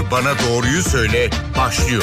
Bana Doğruyu Söyle başlıyor.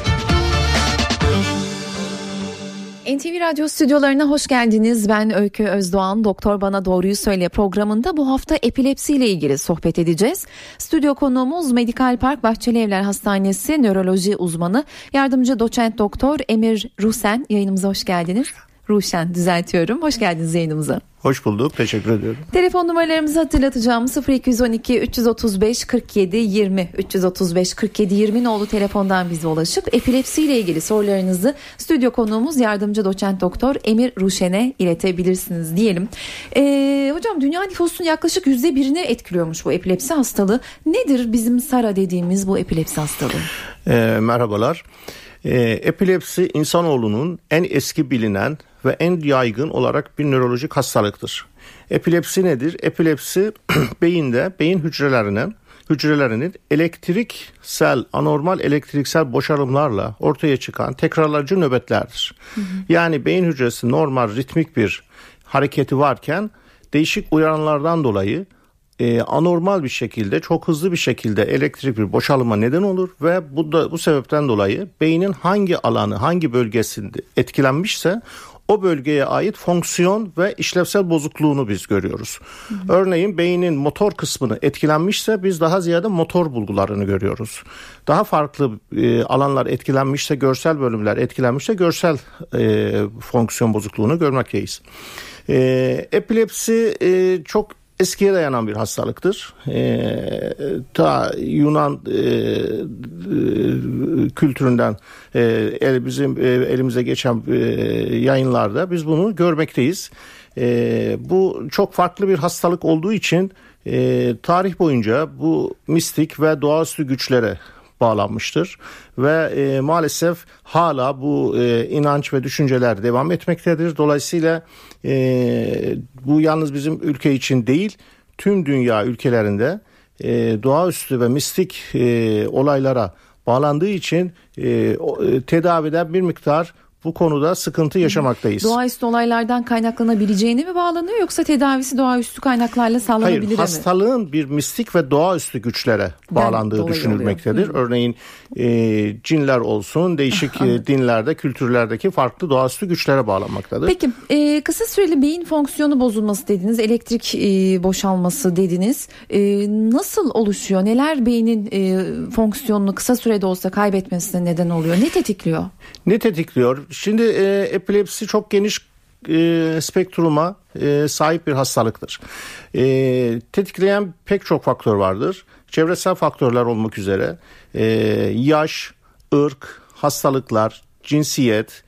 NTV Radyo stüdyolarına hoş geldiniz. Ben Öykü Özdoğan. Doktor Bana Doğruyu Söyle programında bu hafta epilepsi ile ilgili sohbet edeceğiz. Stüdyo konuğumuz Medikal Park Bahçelievler Hastanesi nöroloji uzmanı yardımcı doçent doktor Emir Rusen. Yayınımıza hoş geldiniz. Ruşen düzeltiyorum. Hoş geldiniz yayınımıza. Hoş bulduk. Teşekkür ediyorum. Telefon numaralarımızı hatırlatacağım. 0212 335 47 20 335 47 20 nolu telefondan bize ulaşıp epilepsi ile ilgili sorularınızı stüdyo konuğumuz yardımcı doçent doktor Emir Ruşen'e iletebilirsiniz diyelim. Hocam dünya nüfusunun yaklaşık %1'ini etkiliyormuş bu epilepsi hastalığı. Nedir bizim SARA dediğimiz bu epilepsi hastalığı? Merhabalar. Epilepsi insanoğlunun en eski bilinen ve en yaygın olarak bir nörolojik hastalıktır. Epilepsi nedir? Epilepsi beyinde beyin hücrelerinin anormal elektriksel boşalımlarla ortaya çıkan tekrarlayıcı nöbetlerdir. Yani beyin hücresi normal ritmik bir hareketi varken değişik uyaranlardan dolayı anormal bir şekilde, çok hızlı bir şekilde elektrik bir boşalma neden olur ve bu sebepten dolayı beynin hangi alanı, hangi bölgesinde etkilenmişse o bölgeye ait fonksiyon ve işlevsel bozukluğunu biz görüyoruz. Örneğin beynin motor kısmını etkilenmişse biz daha ziyade motor bulgularını görüyoruz. Daha farklı alanlar etkilenmişse, görsel bölümler etkilenmişse görsel fonksiyon bozukluğunu görmekteyiz. Epilepsi çok eskiye dayanan bir hastalıktır. Ta Yunan kültüründen bizim elimize geçen yayınlarda biz bunu görmekteyiz. Bu çok farklı bir hastalık olduğu için tarih boyunca bu mistik ve doğaüstü güçlere bağlanmıştır ve maalesef hala bu inanç ve düşünceler devam etmektedir. Dolayısıyla bu yalnız bizim ülke için değil, tüm dünya ülkelerinde doğaüstü ve mistik olaylara bağlandığı için tedavide bir miktar bu konuda sıkıntı yaşamaktayız. Doğaüstü olaylardan kaynaklanabileceğine mi bağlanıyor yoksa tedavisi doğaüstü kaynaklarla sağlanabilir mi? Hayır, hastalığın bir mistik ve doğaüstü güçlere bağlandığı düşünülmektedir. Örneğin cinler olsun, değişik dinlerde, kültürlerdeki farklı doğaüstü güçlere bağlanmaktadır. Peki kısa süreli beyin fonksiyonu bozulması dediniz, elektrik boşalması dediniz. Nasıl oluşuyor? Neler beynin fonksiyonunu kısa sürede olsa kaybetmesine neden oluyor? Ne tetikliyor? Ne tetikliyor? Şimdi epilepsi çok geniş spektruma sahip bir hastalıktır. Tetikleyen pek çok faktör vardır. Çevresel faktörler olmak üzere yaş, ırk, hastalıklar, cinsiyet,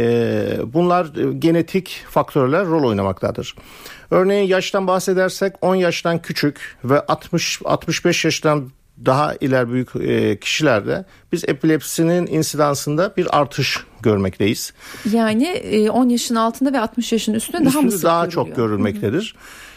bunlar genetik faktörler rol oynamaktadır. Örneğin yaştan bahsedersek 10 yaştan küçük ve 60-65 yaştan daha ileri büyük kişilerde biz epilepsinin insidansında bir artış görmekteyiz. Yani 10 yaşın altında ve 60 yaşın üstünde daha mı sık daha görülüyor? çok görülmektedir.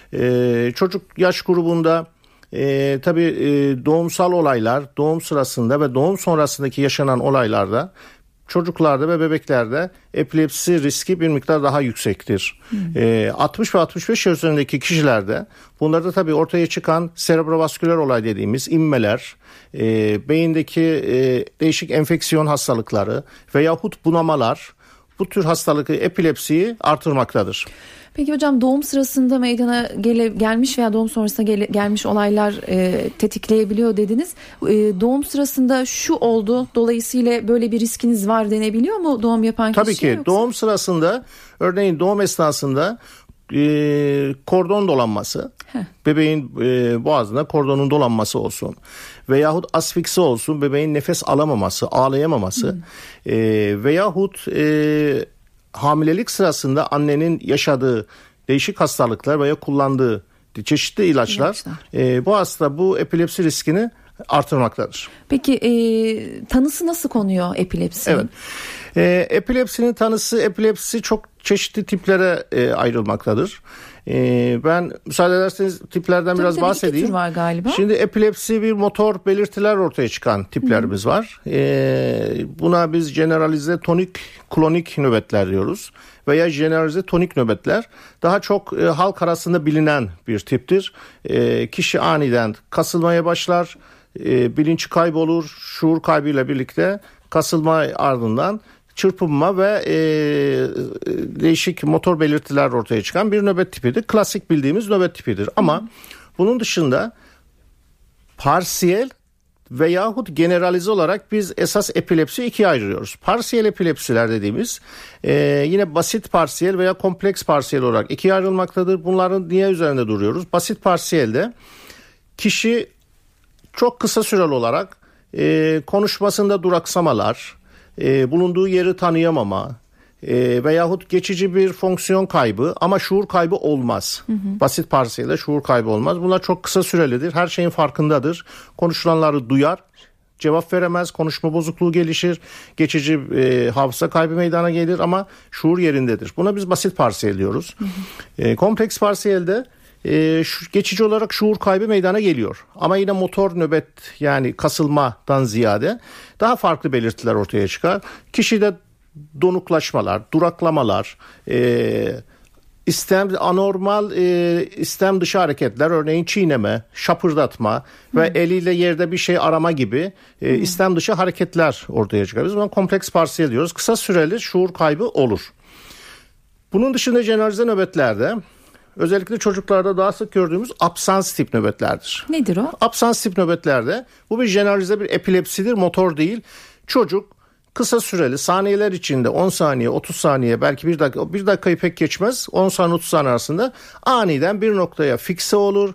Çocuk yaş grubunda tabii doğumsal olaylar, doğum sırasında ve doğum sonrasındaki yaşanan olaylarda çocuklarda ve bebeklerde epilepsi riski bir miktar daha yüksektir. 60 ve 65 yaş üzerindeki kişilerde bunlarda tabii ortaya çıkan serebrovasküler olay dediğimiz inmeler, beyindeki değişik enfeksiyon hastalıkları veyahut bunamalar bu tür hastalığı epilepsiyi artırmaktadır. Peki hocam doğum sırasında meydana gelmiş veya doğum sonrasında gelmiş olaylar tetikleyebiliyor dediniz. Doğum sırasında şu oldu dolayısıyla böyle bir riskiniz var denebiliyor mu doğum yapan kişiye? Tabii ki yoksa? Doğum sırasında örneğin doğum esnasında kordon dolanması, bebeğin boğazında kordonun dolanması olsun veyahut asfiksi olsun, bebeğin nefes alamaması, ağlayamaması veyahut hamilelik sırasında annenin yaşadığı değişik hastalıklar veya kullandığı çeşitli ilaçlar. Bu epilepsi riskini artırmaktadır. Peki tanısı nasıl konuyor epilepsi? Evet. Epilepsinin tanısı, epilepsi çok çeşitli tiplere ayrılmaktadır. Ben müsaade ederseniz tiplerden biraz bahsedeyim. Tür var galiba. Şimdi epilepsi bir motor belirtiler ortaya çıkan tiplerimiz var. Buna biz generalize tonik klonik nöbetler diyoruz. Veya generalize tonik nöbetler. Daha çok halk arasında bilinen bir tiptir. Kişi aniden kasılmaya başlar. Bilinç kaybolur. Şuur kaybıyla birlikte kasılma ardından çırpınma ve değişik motor belirtiler ortaya çıkan bir nöbet tipidir. Klasik bildiğimiz nöbet tipidir. Ama bunun dışında parsiyel veyahut generalize olarak biz esas epilepsi ikiye ayırıyoruz. Parsiyel epilepsiler dediğimiz yine basit parsiyel veya kompleks parsiyel olarak ikiye ayrılmaktadır. Bunların niye üzerinde duruyoruz? Basit parsiyelde kişi çok kısa süreli olarak konuşmasında duraksamalar, bulunduğu yeri tanıyamama veyahut geçici bir fonksiyon kaybı ama şuur kaybı olmaz. Basit parsiyelde şuur kaybı olmaz. Bunlar çok kısa sürelidir. Her şeyin farkındadır. Konuşulanları duyar. Cevap veremez. Konuşma bozukluğu gelişir. Geçici hafıza kaybı meydana gelir ama şuur yerindedir. Buna biz basit parsiyel diyoruz. Kompleks parsiyelde geçici olarak şuur kaybı meydana geliyor. Ama yine motor nöbet yani kasılmadan ziyade daha farklı belirtiler ortaya çıkar. Kişide donuklaşmalar, duraklamalar, anormal istem dışı hareketler, örneğin çiğneme, şapırdatma ve eliyle yerde bir şey arama gibi istem dışı hareketler ortaya çıkar. Biz buna kompleks parsiyel diyoruz. Kısa süreli şuur kaybı olur. Bunun dışında generalize nöbetlerde özellikle çocuklarda daha sık gördüğümüz absans tip nöbetlerdir. Nedir o? Absans tip nöbetlerde bu bir generalize bir epilepsidir, motor değil. Çocuk kısa süreli saniyeler içinde 10 saniye, 30 saniye belki bir dakikayı pek geçmez. 10 saniye 30 saniye arasında aniden bir noktaya fikse olur.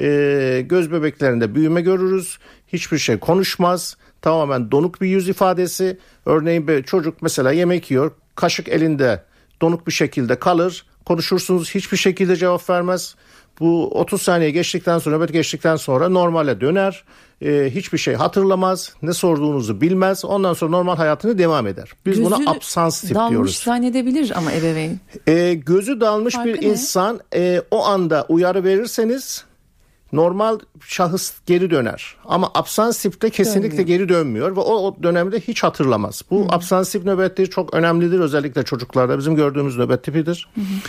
Göz bebeklerinde büyüme görürüz. Hiçbir şey konuşmaz. Tamamen donuk bir yüz ifadesi. Örneğin çocuk mesela yemek yiyor. Kaşık elinde donuk bir şekilde kalır. Konuşursunuz hiçbir şekilde cevap vermez. Bu 30 saniye geçtikten sonra, nöbet geçtikten sonra normale döner. Hiçbir şey hatırlamaz. Ne sorduğunuzu bilmez. Ondan sonra normal hayatını devam eder. Biz buna absans tip diyoruz. Dalmış zannedebilir ama ebeveyn. Gözü dalmış Farkı bir ne? insan o anda uyarı verirseniz normal şahıs geri döner. Ama absans tipte kesinlikle geri dönmüyor ve o dönemde hiç hatırlamaz. Bu absans tip nöbetleri çok önemlidir. Özellikle çocuklarda bizim gördüğümüz nöbet tipidir.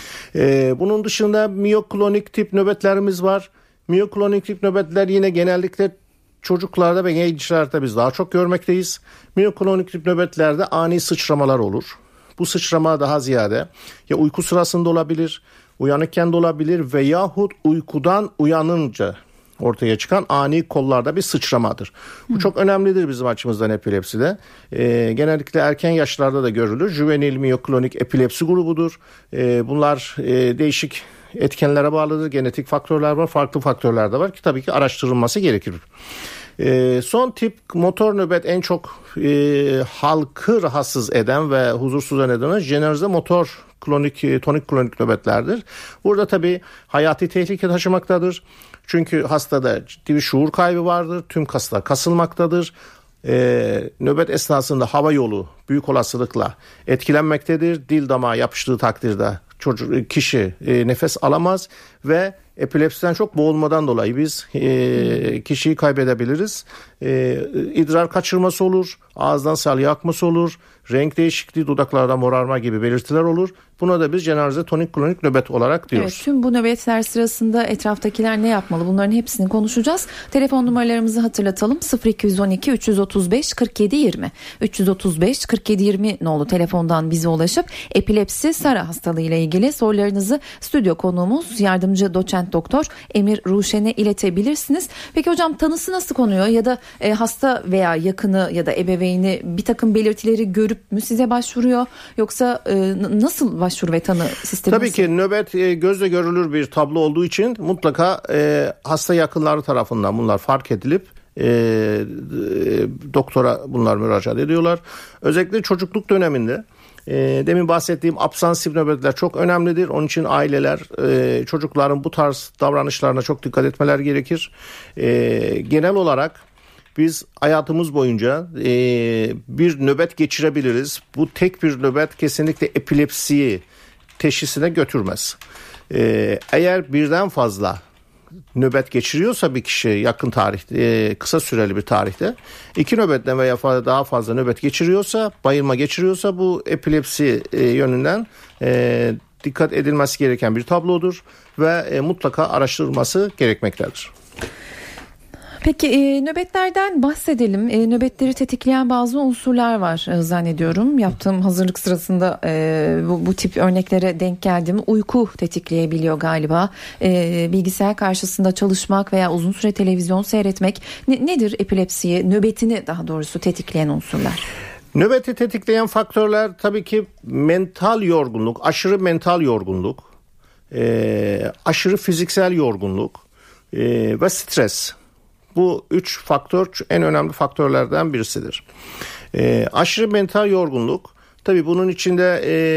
Bunun dışında miyoklonik tip nöbetlerimiz var. Miyoklonik tip nöbetler yine genellikle çocuklarda ve gençlerde biz daha çok görmekteyiz. Miyoklonik tip nöbetlerde ani sıçramalar olur. Bu sıçrama daha ziyade ya uyku sırasında olabilir, uyanıkken de olabilir veyahut uykudan uyanınca ortaya çıkan ani kollarda bir sıçramadır. Bu çok önemlidir bizim açımızdan epilepside. Genellikle erken yaşlarda da görülür. Juvenil miyoklonik epilepsi grubudur. Bunlar değişik etkenlere bağlıdır. Genetik faktörler var, farklı faktörler de var ki tabii ki araştırılması gerekir. Son tip motor nöbet en çok halkı rahatsız eden ve huzursuz eden generalize motor tonik klonik nöbetlerdir. Burada tabii hayati tehlike taşımaktadır. Çünkü hastada ciddi bir şuur kaybı vardır. Tüm kaslar kasılmaktadır. Nöbet esnasında hava yolu büyük olasılıkla etkilenmektedir. Dil damağa yapıştığı takdirde kişi nefes alamaz ve epilepsiden çok boğulmadan dolayı biz kişiyi kaybedebiliriz. İdrar kaçırması olur, ağızdan salya akması olur, renk değişikliği, dudaklarda morarma gibi belirtiler olur. Buna da biz generalize tonik klonik nöbet olarak diyoruz. Evet, tüm bu nöbetler sırasında etraftakiler ne yapmalı? Bunların hepsini konuşacağız. Telefon numaralarımızı hatırlatalım. 0212 335 47 20 335 47 20 nolu telefondan bize ulaşıp epilepsi SARA hastalığı ile ilgili sorularınızı stüdyo konuğumuz yardımcı doçent doktor Emir Ruşen'e iletebilirsiniz. Peki hocam, tanısı nasıl konuyor ya da hasta veya yakını ya da ebeveyni bir takım belirtileri görüp mü size başvuruyor, yoksa nasıl başvuru ve tanı sistemi? Tabii ki nöbet gözle görülür bir tablo olduğu için mutlaka hasta yakınları tarafından bunlar fark edilip doktora bunlar müracaat ediyorlar. Özellikle çocukluk döneminde demin bahsettiğim absansif nöbetler çok önemlidir. Onun için aileler çocukların bu tarz davranışlarına çok dikkat etmeler gerekir. Genel olarak biz hayatımız boyunca bir nöbet geçirebiliriz. Bu tek bir nöbet kesinlikle epilepsiyi teşhisine götürmez. Eğer birden fazla nöbet geçiriyorsa bir kişi yakın tarihte, kısa süreli bir tarihte 2 nöbetten veya daha fazla nöbet geçiriyorsa, bayılma geçiriyorsa bu epilepsi yönünden dikkat edilmesi gereken bir tablodur ve mutlaka araştırılması gerekmektedir. Peki nöbetlerden bahsedelim. Nöbetleri tetikleyen bazı unsurlar var zannediyorum. Yaptığım hazırlık sırasında bu tip örneklere denk geldim. Uyku tetikleyebiliyor galiba. Bilgisayar karşısında çalışmak veya uzun süre televizyon seyretmek. Nedir epilepsiyi, nöbetini daha doğrusu tetikleyen unsurlar? Nöbeti tetikleyen faktörler tabii ki mental yorgunluk, aşırı mental yorgunluk, aşırı fiziksel yorgunluk ve stres. Bu 3 faktör en önemli faktörlerden birisidir. Aşırı mental yorgunluk, tabii bunun içinde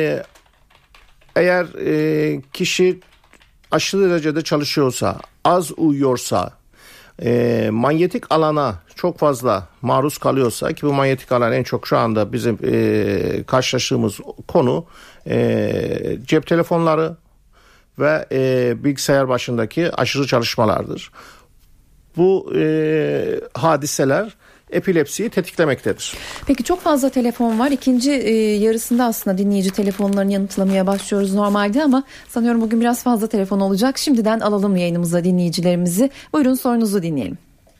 eğer kişi aşırı derecede çalışıyorsa, az uyuyorsa, manyetik alana çok fazla maruz kalıyorsa, ki bu manyetik alan en çok şu anda bizim karşılaştığımız konu cep telefonları ve bilgisayar başındaki aşırı çalışmalardır. Bu hadiseler epilepsiyi tetiklemektedir. Peki çok fazla telefon var. İkinci yarısında aslında dinleyici telefonlarını yanıtlamaya başlıyoruz normalde ama sanıyorum bugün biraz fazla telefon olacak. Şimdiden alalım yayınımıza dinleyicilerimizi. Buyurun, sorunuzu dinleyelim.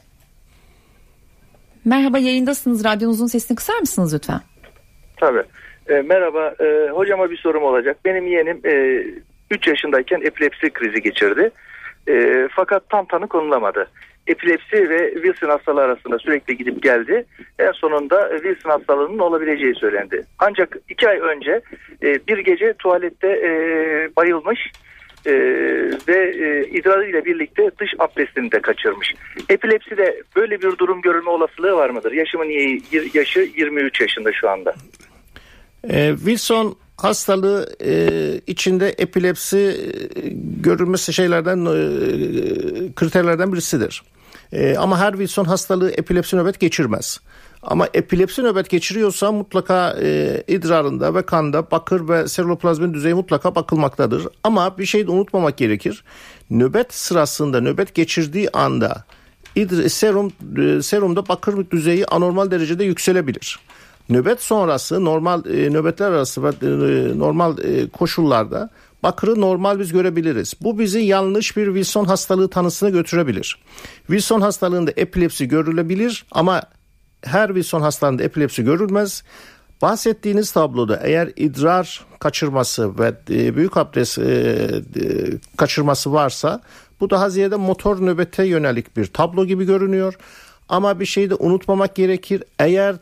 Merhaba, yayındasınız. Radyonuzun sesini kısar mısınız lütfen? Tabii. Merhaba. Hocama bir sorum olacak. Benim yeğenim 3 yaşındayken epilepsi krizi geçirdi. Fakat tam tanı konulamadı. Epilepsi ve Wilson hastalığı arasında sürekli gidip geldi. En sonunda Wilson hastalığının olabileceği söylendi. Ancak 2 ay önce bir gece tuvalette bayılmış ve idrarıyla birlikte dış abdestini de kaçırmış. Epilepside böyle bir durum görülme olasılığı var mıdır? Yaşı 23 yaşında şu anda. Wilson hastalığı içinde epilepsi görülmesi kriterlerden birisidir. Ama her Wilson hastalığı epilepsi nöbet geçirmez. Ama epilepsi nöbet geçiriyorsa mutlaka idrarında ve kanda bakır ve seroplazmin düzeyi mutlaka bakılmaktadır. Ama bir şey de unutmamak gerekir. Nöbet sırasında, nöbet geçirdiği anda serumda bakır düzeyi anormal derecede yükselebilir. Nöbet sonrası normal nöbetler arası ve normal koşullarda bakırı normal biz görebiliriz. Bu bizi yanlış bir Wilson hastalığı tanısına götürebilir. Wilson hastalığında epilepsi görülebilir ama her Wilson hastalığında epilepsi görülmez. Bahsettiğiniz tabloda eğer idrar kaçırması ve büyük abdest kaçırması varsa bu daha ziyade motor nöbete yönelik bir tablo gibi görünüyor. Ama bir şeyi de unutmamak gerekir. Eğer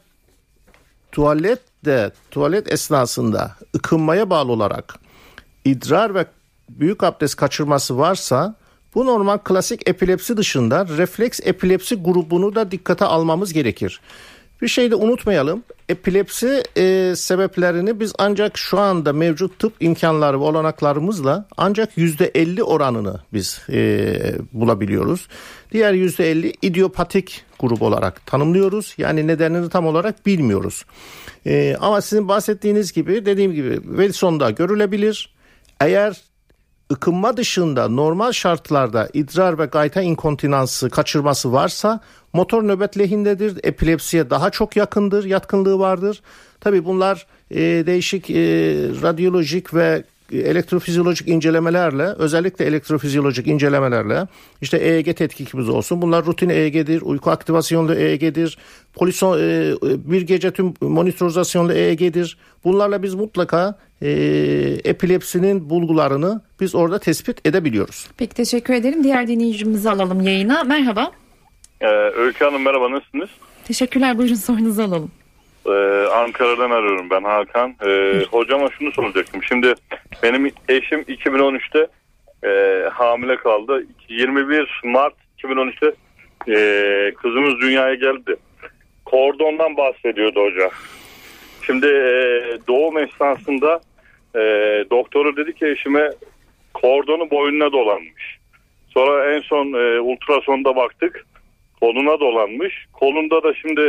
tuvalet esnasında ıkınmaya bağlı olarak idrar ve büyük abdest kaçırması varsa bu normal klasik epilepsi dışında refleks epilepsi grubunu da dikkate almamız gerekir. Bir şey de unutmayalım. Epilepsi sebeplerini biz ancak şu anda mevcut tıp imkanları ve olanaklarımızla ancak %50 oranını biz bulabiliyoruz. Diğer %50 idiopatik grup olarak tanımlıyoruz. Yani nedenini tam olarak bilmiyoruz. Ama sizin bahsettiğiniz gibi, dediğim gibi Wilson'da görülebilir. Eğer ıkınma dışında normal şartlarda idrar ve gayta inkontinansı kaçırması varsa motor nöbet lehindedir. Epilepsiye daha çok yakındır, yatkınlığı vardır. Tabii bunlar değişik radyolojik ve elektrofizyolojik incelemelerle, özellikle elektrofizyolojik incelemelerle, işte EEG tetkikimiz olsun. Bunlar rutin EEG'dir, uyku aktivasyonlu EEG'dir, bir gece tüm monitorizasyonlu EEG'dir. Bunlarla biz mutlaka epilepsinin bulgularını biz orada tespit edebiliyoruz. Peki, teşekkür ederim. Diğer dinleyicimizi alalım yayına. Merhaba. Öykü Hanım merhaba, nasılsınız? Teşekkürler, buyurun sorunuzu alalım. Ankara'dan arıyorum ben, Hakan. Hocama şunu soracaktım. Şimdi benim eşim 2013'te hamile kaldı. 21 Mart 2013'te kızımız dünyaya geldi. Kordondan bahsediyordu hoca. Şimdi doğum esnasında doktoru dedi ki eşime kordonu boynuna dolanmış. Sonra en son ultrasonda baktık, koluna dolanmış. Kolunda da şimdi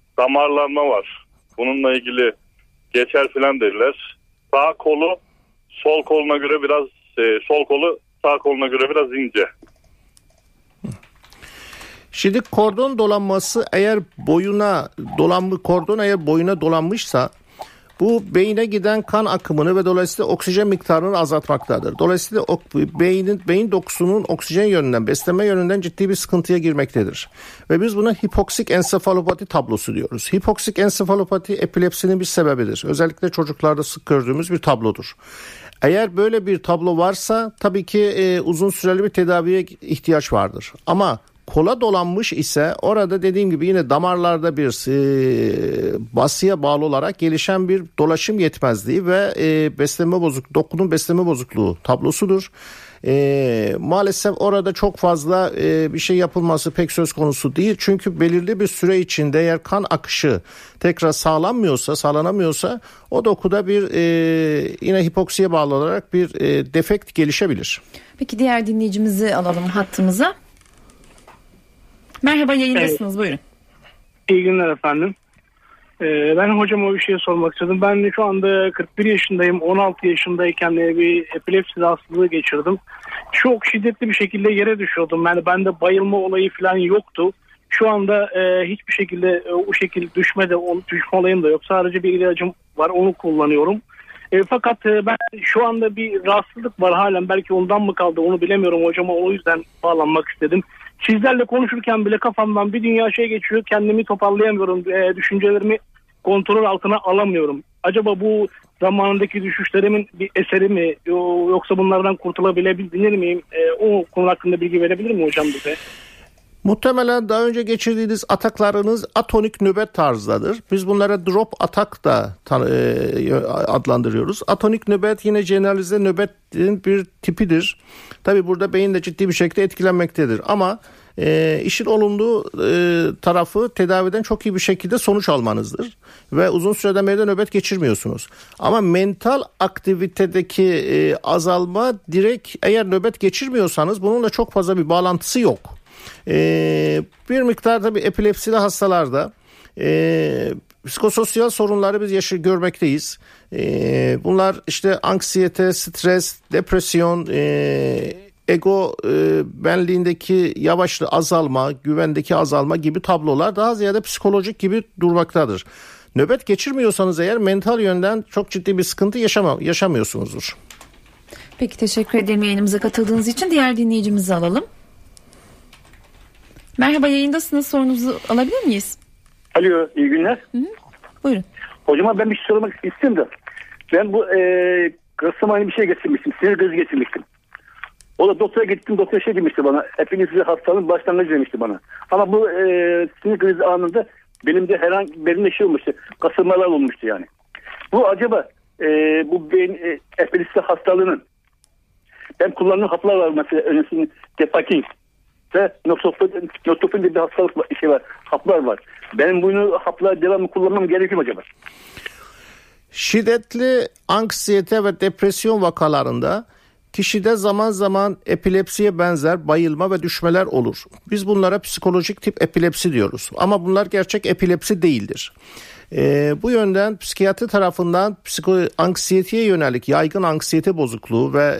damarlanma var. Bununla ilgili geçer filan dediler. Sağ kolu sol koluna göre biraz sol kolu sağ koluna göre biraz ince. Şimdi kordon dolanması eğer boyuna dolanmışsa bu beyine giden kan akımını ve dolayısıyla oksijen miktarını azaltmaktadır. Dolayısıyla beyin dokusunun oksijen yönünden, beslenme yönünden ciddi bir sıkıntıya girmektedir. Ve biz buna hipoksik ensefalopati tablosu diyoruz. Hipoksik ensefalopati epilepsinin bir sebebidir. Özellikle çocuklarda sık gördüğümüz bir tablodur. Eğer böyle bir tablo varsa tabii ki uzun süreli bir tedaviye ihtiyaç vardır. Ama kola dolanmış ise orada dediğim gibi yine damarlarda bir basıya bağlı olarak gelişen bir dolaşım yetmezliği ve dokunun beslenme bozukluğu tablosudur. Maalesef orada çok fazla bir şey yapılması pek söz konusu değil. Çünkü belirli bir süre içinde eğer kan akışı tekrar sağlanamıyorsa o dokuda bir yine hipoksiye bağlı olarak bir defekt gelişebilir. Peki diğer dinleyicimizi alalım hattımıza. Merhaba, yayındasınız. Buyurun. İyi günler efendim. Ben hocama bir şey sormak istedim. Ben şu anda 41 yaşındayım. 16 yaşındayken bir epilepsi hastalığı geçirdim. Çok şiddetli bir şekilde yere düşüyordum. Yani bende bayılma olayı falan yoktu. Şu anda hiçbir şekilde o şekilde düşme olayım da yok. Sadece bir ilacım var, onu kullanıyorum. Fakat ben şu anda bir rahatsızlık var halen. Belki ondan mı kaldı onu bilemiyorum hocama. O yüzden bağlanmak istedim. Sizlerle konuşurken bile kafamdan bir dünya şey geçiyor. Kendimi toparlayamıyorum. Düşüncelerimi kontrol altına alamıyorum. Acaba bu zamanındaki düşüşlerimin bir eseri mi? Yoksa bunlardan kurtulabilir miyim? O konu hakkında bilgi verebilir mi hocam bize? Muhtemelen daha önce geçirdiğiniz ataklarınız atonik nöbet tarzdadır. Biz bunlara drop atak da adlandırıyoruz. Atonik nöbet yine generalize nöbetin bir tipidir. Tabii burada beyin de ciddi bir şekilde etkilenmektedir. Ama işin olumlu tarafı tedaviden çok iyi bir şekilde sonuç almanızdır. Ve uzun süreden beri de nöbet geçirmiyorsunuz. Ama mental aktivitedeki azalma direkt eğer nöbet geçirmiyorsanız bununla çok fazla bir bağlantısı yok. Bir miktar tabii epilepsili hastalarda psikososyal sorunları biz görmekteyiz. Bunlar işte anksiyete, stres, depresyon, ego benliğindeki yavaşlı azalma, güvendeki azalma gibi tablolar daha ziyade psikolojik gibi durmaktadır. Nöbet geçirmiyorsanız eğer mental yönden çok ciddi bir sıkıntı yaşamıyorsunuzdur. Peki, teşekkür ederim yayınımıza katıldığınız için. Diğer dinleyicimizi alalım. Merhaba, yayındasınız. Sorunuzu alabilir miyiz? Alo, iyi günler. Hı-hı. Buyurun. Hocama ben bir şey sormak istiyorum da. Ben bu Kasımpaşa'ya bir şey getirmiştim. Sinir krizi geçirmiştim. O da doktora gittim. Doktor şey demişti bana. Epilepsi hastalığın başlangıcı demişti bana. Ama bu sinir krizi anında benim de şey olmuştu. Kasılmalar olmuştu yani. Bu acaba bu beyin epilepsi hastalığının ben kullandığım haplar var mesela. Öncesinde Tepakin ve noktofil bir hastalık var. Haplar var. Benim bunu haplar devamlı kullanmam gerekiyor mu acaba? Şiddetli anksiyete ve depresyon vakalarında kişide zaman zaman epilepsiye benzer bayılma ve düşmeler olur. Biz bunlara psikolojik tip epilepsi diyoruz. Ama bunlar gerçek epilepsi değildir. Bu yönden psikiyatri tarafından anksiyeteye yönelik yaygın anksiyete bozukluğu ve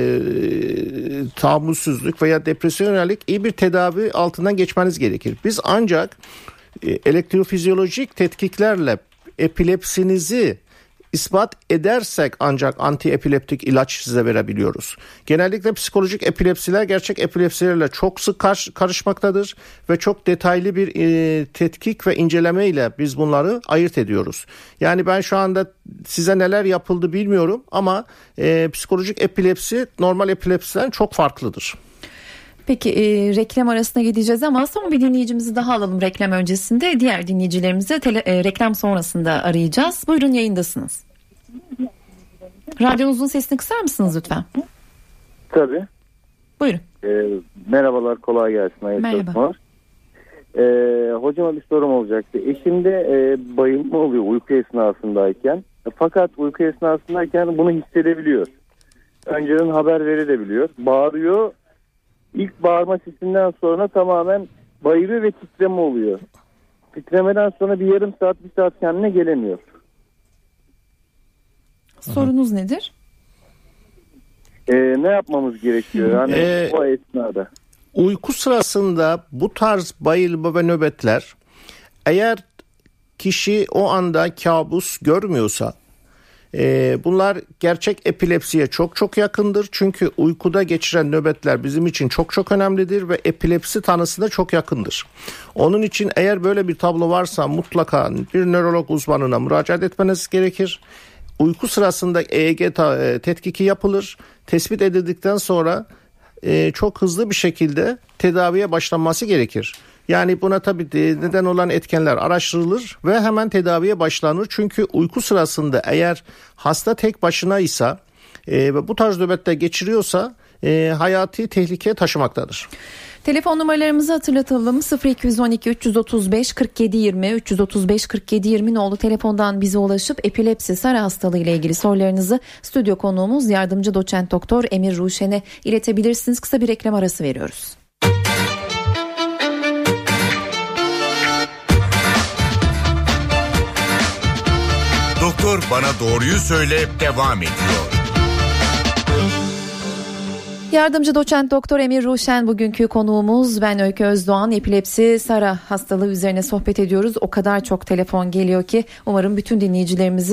tahammülsüzlük veya depresyon yönelik iyi bir tedavi altından geçmeniz gerekir. Biz ancak elektrofizyolojik tetkiklerle epilepsinizi ispat edersek ancak antiepileptik ilaç size verebiliyoruz. Genellikle psikolojik epilepsiler gerçek epilepsilerle çok sık karışmaktadır ve çok detaylı bir tetkik ve inceleme ile biz bunları ayırt ediyoruz. Yani ben şu anda size neler yapıldı bilmiyorum ama psikolojik epilepsi normal epilepsiden çok farklıdır. Peki reklam arasına gideceğiz ama son bir dinleyicimizi daha alalım reklam öncesinde. Diğer dinleyicilerimizi reklam sonrasında arayacağız. Buyurun, yayındasınız. Radyonuzun sesini kısar mısınız lütfen? Tabii. Buyurun. Merhabalar, kolay gelsin. Merhaba. Hocama bir sorum olacaktı. Eşimde bayılma oluyor uyku esnasındayken. Fakat uyku esnasındayken bunu hissedebiliyor. Önceden haber verebiliyor. Bağırıyor. İlk bağırma sesinden sonra tamamen bayılıyor ve titreme oluyor. Titremeden sonra bir yarım saat, bir saat kendine gelemiyor. Sorunuz nedir? Ne yapmamız gerekiyor? Yani bu esnada. Uyku sırasında bu tarz bayılma ve nöbetler, eğer kişi o anda kabus görmüyorsa, bunlar gerçek epilepsiye çok yakındır. Çünkü uykuda geçiren nöbetler bizim için çok önemlidir ve epilepsi tanısına çok yakındır. Onun için eğer böyle bir tablo varsa mutlaka bir nörolog uzmanına müracaat etmeniz gerekir. Uyku sırasında EEG tetkiki yapılır. Tespit edildikten sonra çok hızlı bir şekilde tedaviye başlanması gerekir. Yani buna tabii neden olan etkenler araştırılır ve hemen tedaviye başlanır. Çünkü uyku sırasında eğer hasta tek başınaysa ve bu tarz nöbette geçiriyorsa hayati tehlikeye taşımaktadır. Telefon numaralarımızı hatırlatalım. 0212 335 47 20 335 47 20 nolu telefondan bize ulaşıp epilepsi SARA hastalığı ile ilgili sorularınızı stüdyo konuğumuz yardımcı doçent doktor Emir Ruşen'e iletebilirsiniz. Kısa bir reklam arası veriyoruz. Doktor Bana Doğruyu Söyle devam ediyor. Yardımcı doçent doktor Emir Ruşen bugünkü konuğumuz. Ben Öykü Özdoğan. Epilepsi SARA hastalığı üzerine sohbet ediyoruz. O kadar çok telefon geliyor ki umarım bütün dinleyicilerimizi